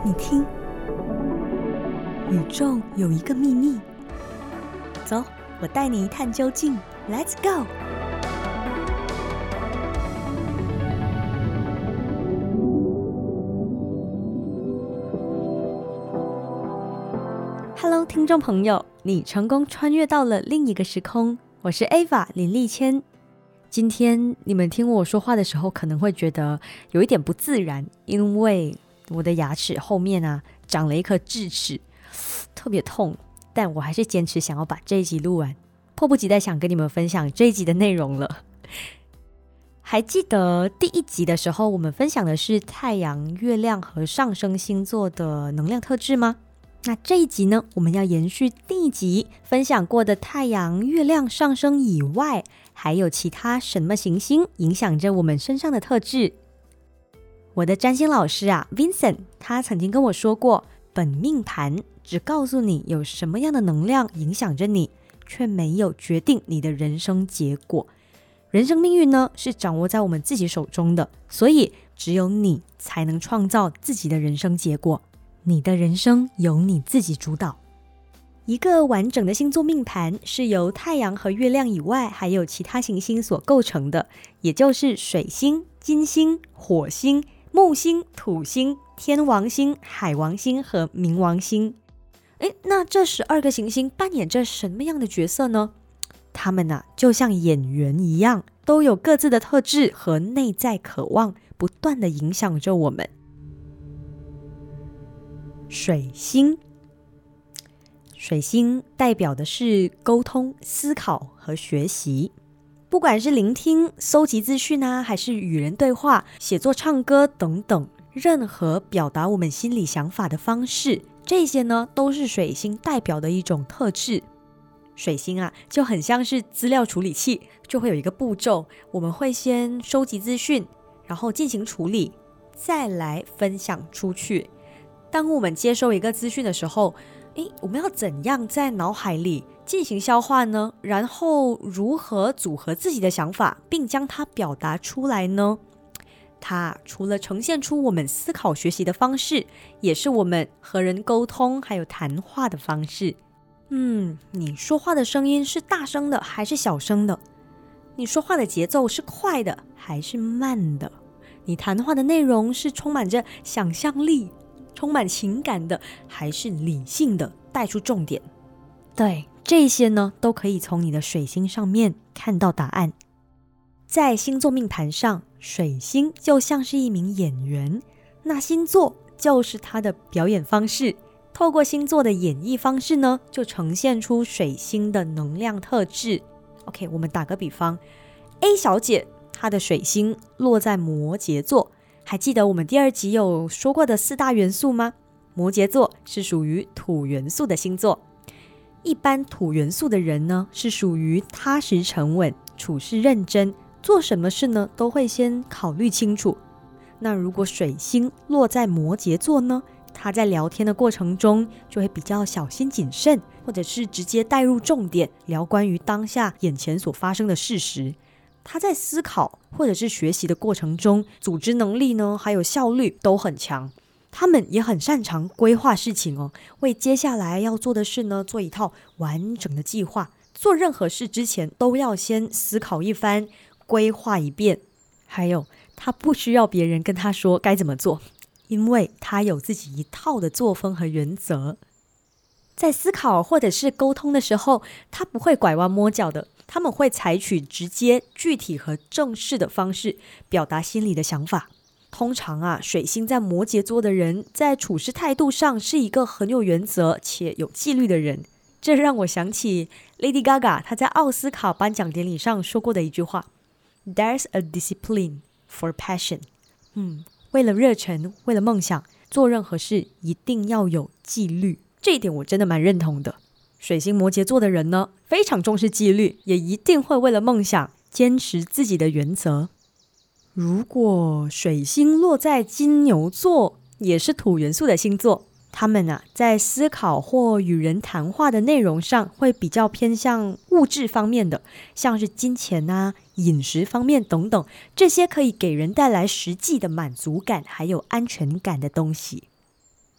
你听，宇宙有一个秘密。走，我带你一探究竟。Let's go！ Hello， 听众朋友，你成功穿越到了另一个时空。我是 Ava 林丽谦。今天你们听我说话的时候，可能会觉得有一点不自然，因为我的牙齿后面长了一颗智齿，特别痛，但我还是坚持想要把这一集录完，迫不及待想跟你们分享这一集的内容了。还记得第一集的时候，我们分享的是太阳、月亮和上升星座的能量特质吗？那这一集呢，我们要延续第一集分享过的太阳、月亮、上升以外，还有其他什么行星影响着我们身上的特质。我的占星老师Vincent 他曾经跟我说过，本命盘只告诉你有什么样的能量影响着你，却没有决定你的人生结果。人生命运呢，是掌握在我们自己手中的，所以只有你才能创造自己的人生结果。你的人生由你自己主导。一个完整的星座命盘是由太阳和月亮以外，还有其他行星所构成的，也就是水星、金星、火星、木星、土星、天王星、海王星和冥王星。那这12个行星扮演着什么样的角色呢？他们就像演员一样，都有各自的特质和内在渴望，不断的影响着我们。水星代表的是沟通、思考和学习，不管是聆听、搜集资讯还是与人对话、写作、唱歌等等，任何表达我们心里想法的方式，这些呢都是水星代表的一种特质。水星就很像是资料处理器，就会有一个步骤，我们会先收集资讯，然后进行处理，再来分享出去。当我们接收一个资讯的时候，我们要怎样在脑海里进行消化呢？然后如何组合自己的想法，并将它表达出来呢？它除了呈现出我们思考学习的方式，也是我们和人沟通还有谈话的方式。你说话的声音是大声的还是小声的？你说话的节奏是快的还是慢的？你谈话的内容是充满着想象力、充满情感的，还是理性的，带出重点？对，这些呢，都可以从你的水星上面看到答案。在星座命盘上，水星就像是一名演员，那星座就是他的表演方式。透过星座的演绎方式呢，就呈现出水星的能量特质。OK， 我们打个比方 ，A 小姐她的水星落在摩羯座，还记得我们第2集有说过的4大元素吗？摩羯座是属于土元素的星座。一般土元素的人呢，是属于踏实沉稳、处事认真，做什么事呢都会先考虑清楚。那如果水星落在摩羯座呢，他在聊天的过程中就会比较小心谨慎，或者是直接带入重点，聊关于当下眼前所发生的事实。他在思考或者是学习的过程中，组织能力呢还有效率都很强。他们也很擅长规划事情为接下来要做的事呢做一套完整的计划。做任何事之前都要先思考一番，规划一遍。还有，他不需要别人跟他说该怎么做，因为他有自己一套的作风和原则。在思考或者是沟通的时候，他不会拐弯抹角的，他们会采取直接、具体和正式的方式表达心里的想法。通常水星在摩羯座的人在处事态度上是一个很有原则且有纪律的人。这让我想起 Lady Gaga 她在奥斯卡颁奖典礼上说过的一句话， There's a discipline for passion。为了热忱，为了梦想，做任何事一定要有纪律。这一点我真的蛮认同的。水星摩羯座的人呢，非常重视纪律，也一定会为了梦想坚持自己的原则。如果水星落在金牛座，也是土元素的星座，他们在思考或与人谈话的内容上会比较偏向物质方面的，像是金钱饮食方面等等，这些可以给人带来实际的满足感还有安全感的东西。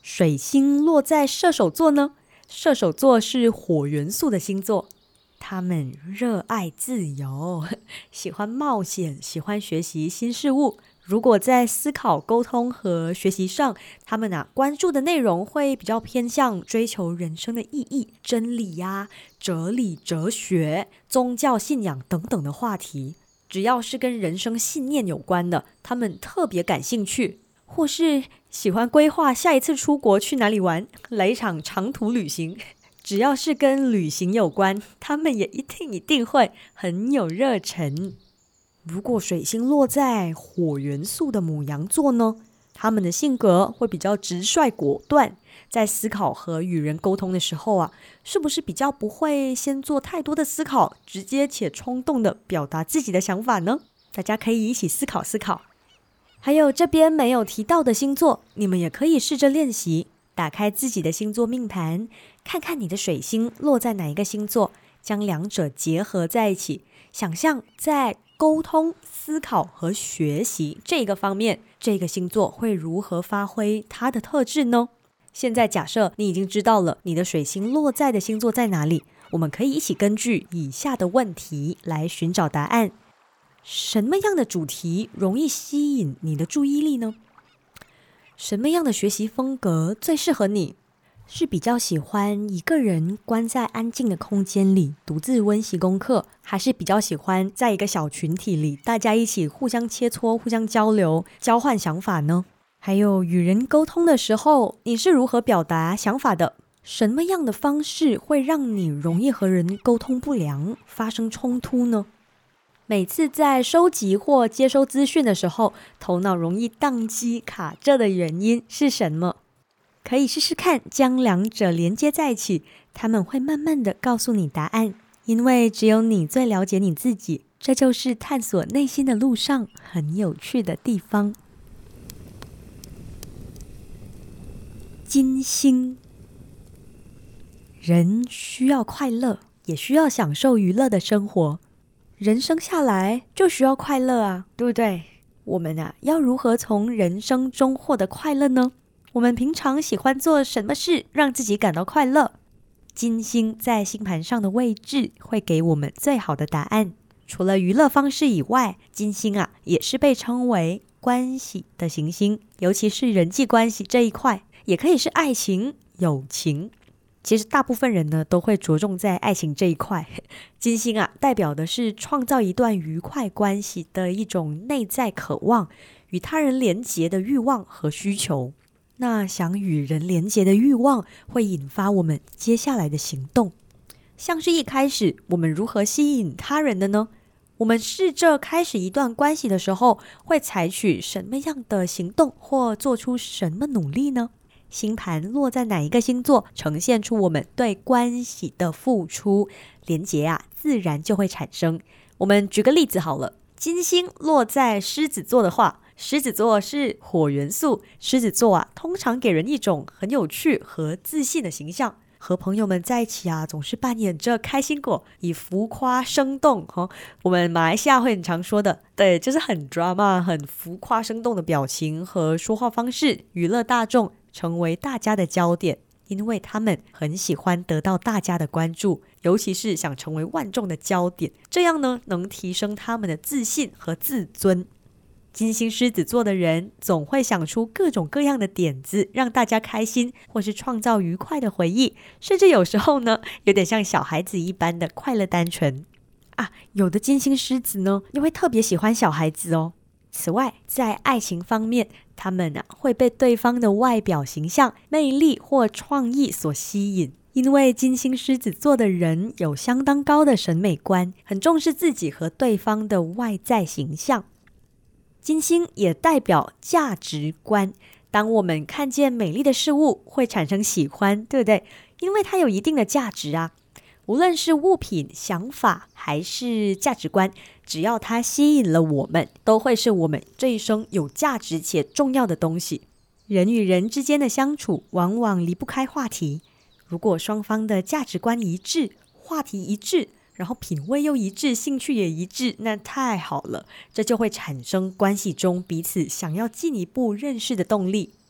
水星落在射手座呢？射手座是火元素的星座，他们热爱自由，喜欢冒险，喜欢学习新事物。如果在思考、沟通和学习上，他们关注的内容会比较偏向追求人生的意义、真理呀、哲理、哲学、宗教信仰等等的话题。只要是跟人生信念有关的，他们特别感兴趣，或是喜欢规划下一次出国去哪里玩，来一场长途旅行。只要是跟旅行有关，他们也一定会很有热忱。如果水星落在火元素的牡羊座呢？他们的性格会比较直率果断，在思考和与人沟通的时候是不是比较不会先做太多的思考，直接且冲动的表达自己的想法呢？大家可以一起思考思考。还有这边没有提到的星座，你们也可以试着练习，打开自己的星座命盘，看看你的水星落在哪一个星座，将两者结合在一起，想象在沟通、思考和学习这个方面，这个星座会如何发挥它的特质呢？现在假设你已经知道了你的水星落在的星座在哪里，我们可以一起根据以下的问题来寻找答案。什么样的主题容易吸引你的注意力呢？什么样的学习风格最适合你？是比较喜欢一个人关在安静的空间里独自温习功课，还是比较喜欢在一个小群体里大家一起互相切磋、互相交流、交换想法呢？还有与人沟通的时候，你是如何表达想法的？什么样的方式会让你容易和人沟通不良、发生冲突呢？每次在收集或接收资讯的时候，头脑容易宕机卡着的原因是什么？可以试试看将两者连接在一起，他们会慢慢的告诉你答案，因为只有你最了解你自己，这就是探索内心的路上很有趣的地方。金星，人需要快乐，也需要享受娱乐的生活。人生下来就需要快乐对不对？我们要如何从人生中获得快乐呢？我们平常喜欢做什么事让自己感到快乐？金星在星盘上的位置会给我们最好的答案。除了娱乐方式以外，金星也是被称为关系的行星，尤其是人际关系这一块，也可以是爱情、友情。其实大部分人呢都会着重在爱情这一块。金星代表的是创造一段愉快关系的一种内在渴望，与他人连结的欲望和需求。那想与人连结的欲望会引发我们接下来的行动，像是一开始我们如何吸引他人的呢？我们试着开始一段关系的时候，会采取什么样的行动或做出什么努力呢？星盘落在哪一个星座，呈现出我们对关系的付出，连结自然就会产生。我们举个例子好了，金星落在狮子座的话，狮子座是火元素，狮子座通常给人一种很有趣和自信的形象。和朋友们在一起总是扮演着开心果，以浮夸生动我们马来西亚会很常说的，对，就是很 drama 很浮夸生动的表情和说话方式，娱乐大众，成为大家的焦点。因为他们很喜欢得到大家的关注，尤其是想成为万众的焦点，这样呢能提升他们的自信和自尊。金星狮子座的人总会想出各种各样的点子，让大家开心，或是创造愉快的回忆，甚至有时候呢，有点像小孩子一般的快乐单纯有的金星狮子呢，又会特别喜欢小孩子哦。此外，在爱情方面，他们会被对方的外表形象、魅力或创意所吸引，因为金星狮子座的人有相当高的审美观，很重视自己和对方的外在形象。金星也代表价值观，当我们看见美丽的事物，会产生喜欢，对不对？因为它有一定的价值无论是物品、想法还是价值观，只要它吸引了我们，都会是我们这一生有价值且重要的东西。人与人之间的相处往往离不开话题，如果双方的价值观一致，话题一致，然后品味又一致，兴趣也一致，那太好了，这就会产生关系中彼此想要进一步认识的动力。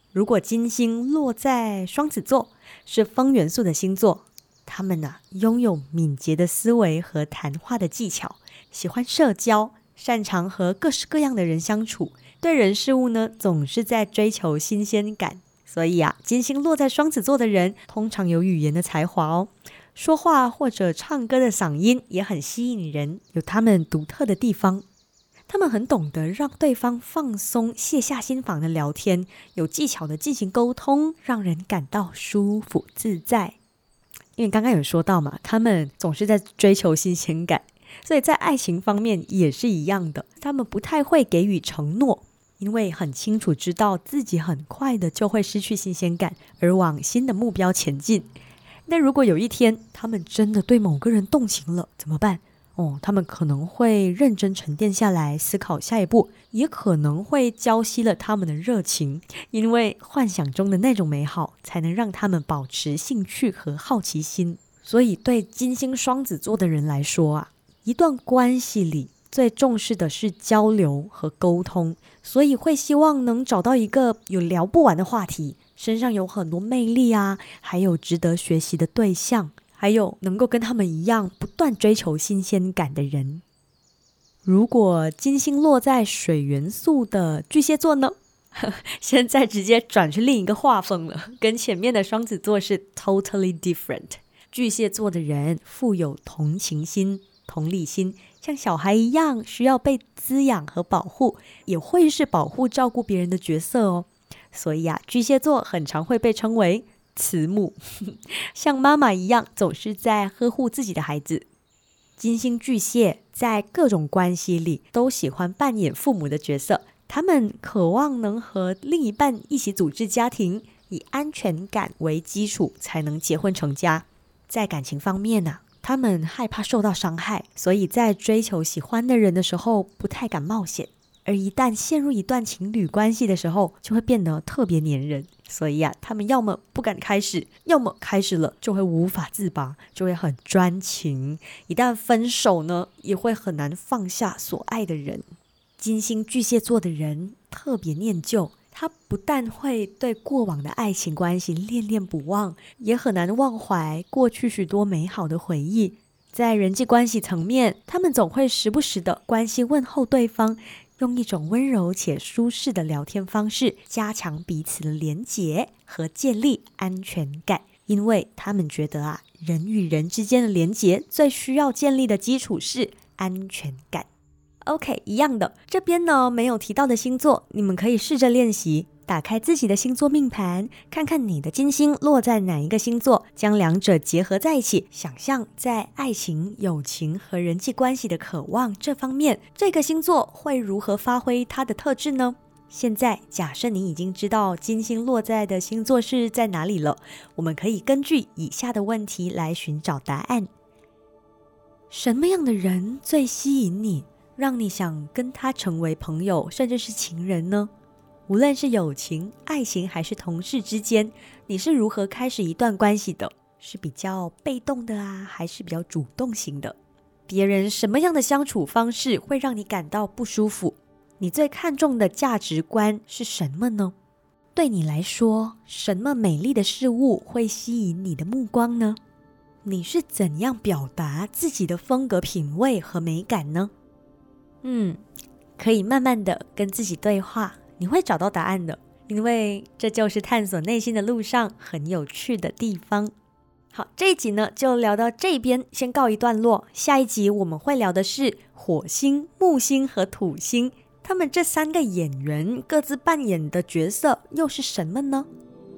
如果金星落在双子座，是风元素的星座，他们拥有敏捷的思维和谈话的技巧，喜欢社交，擅长和各式各样的人相处，对人事物呢总是在追求新鲜感。所以金星落在双子座的人通常有语言的才华哦，说话或者唱歌的嗓音也很吸引人，有他们独特的地方。他们很懂得让对方放松，卸下心防的聊天，有技巧的进行沟通，让人感到舒服自在。因为刚刚有说到嘛，他们总是在追求新鲜感，所以在爱情方面也是一样的，他们不太会给予承诺，因为很清楚知道自己很快的就会失去新鲜感，而往新的目标前进。但如果有一天他们真的对某个人动情了，怎么办？他们可能会认真沉淀下来思考下一步，也可能会浇熄了他们的热情，因为幻想中的那种美好才能让他们保持兴趣和好奇心。所以对金星双子座的人来说一段关系里最重视的是交流和沟通，所以会希望能找到一个有聊不完的话题，身上有很多魅力还有值得学习的对象，还有能够跟他们一样不断追求新鲜感的人。如果金星落在水元素的巨蟹座呢？现在直接转去另一个画风了，跟前面的双子座是 totally different。 巨蟹座的人富有同情心、同理心，像小孩一样需要被滋养和保护，也会是保护照顾别人的角色哦。所以巨蟹座很常会被称为慈母，像妈妈一样总是在呵护自己的孩子。金星巨蟹在各种关系里都喜欢扮演父母的角色，他们渴望能和另一半一起组织家庭，以安全感为基础才能结婚成家。在感情方面他们害怕受到伤害，所以在追求喜欢的人的时候不太敢冒险，而一旦陷入一段情侣关系的时候就会变得特别黏人。所以他们要么不敢开始，要么开始了就会无法自拔，就会很专情，一旦分手呢也会很难放下所爱的人。金星巨蟹座的人特别念旧，他不但会对过往的爱情关系恋恋不忘，也很难忘怀过去许多美好的回忆。在人际关系层面，他们总会时不时的关心问候对方，用一种温柔且舒适的聊天方式加强彼此的连结和建立安全感，因为他们觉得人与人之间的连结最需要建立的基础是安全感。OK， 一样的，这边呢没有提到的星座，你们可以试着练习，打开自己的星座命盘，看看你的金星落在哪一个星座，将两者结合在一起，想象在爱情、友情和人际关系的渴望这方面，这个星座会如何发挥它的特质呢？现在假设你已经知道金星落在的星座是在哪里了，我们可以根据以下的问题来寻找答案。什么样的人最吸引你，让你想跟他成为朋友甚至是情人呢？无论是友情、爱情还是同事之间，你是如何开始一段关系的？是比较被动的还是比较主动型的？别人什么样的相处方式会让你感到不舒服？你最看重的价值观是什么呢？对你来说，什么美丽的事物会吸引你的目光呢？你是怎样表达自己的风格、品味和美感呢？可以慢慢的跟自己对话，你会找到答案的，因为这就是探索内心的路上很有趣的地方。好，这一集呢就聊到这边，先告一段落。下一集我们会聊的是火星、木星和土星，他们这三个演员各自扮演的角色又是什么呢？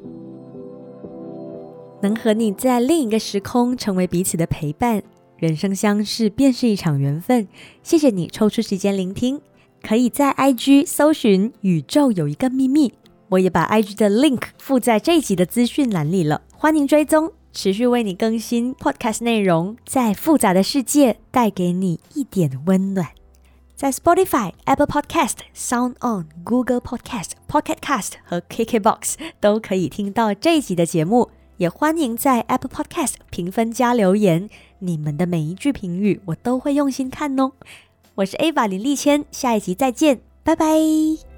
能和你在另一个时空成为彼此的陪伴，人生相识便是一场缘分。谢谢你抽出时间聆听，可以在 IG 搜寻宇宙有一个秘密，我也把 IG 的 link 附在这一集的资讯栏里了，欢迎追踪，持续为你更新 podcast 内容，在复杂的世界带给你一点温暖。在 Spotify、Apple Podcast、SoundOn、Google Podcast、Pocket Cast 和 KKBOX 都可以听到这一集的节目，也欢迎在 Apple Podcast 评分加留言，你们的每一句评语我都会用心看哦。我是 Ava 林丽谦，下一集再见，拜拜。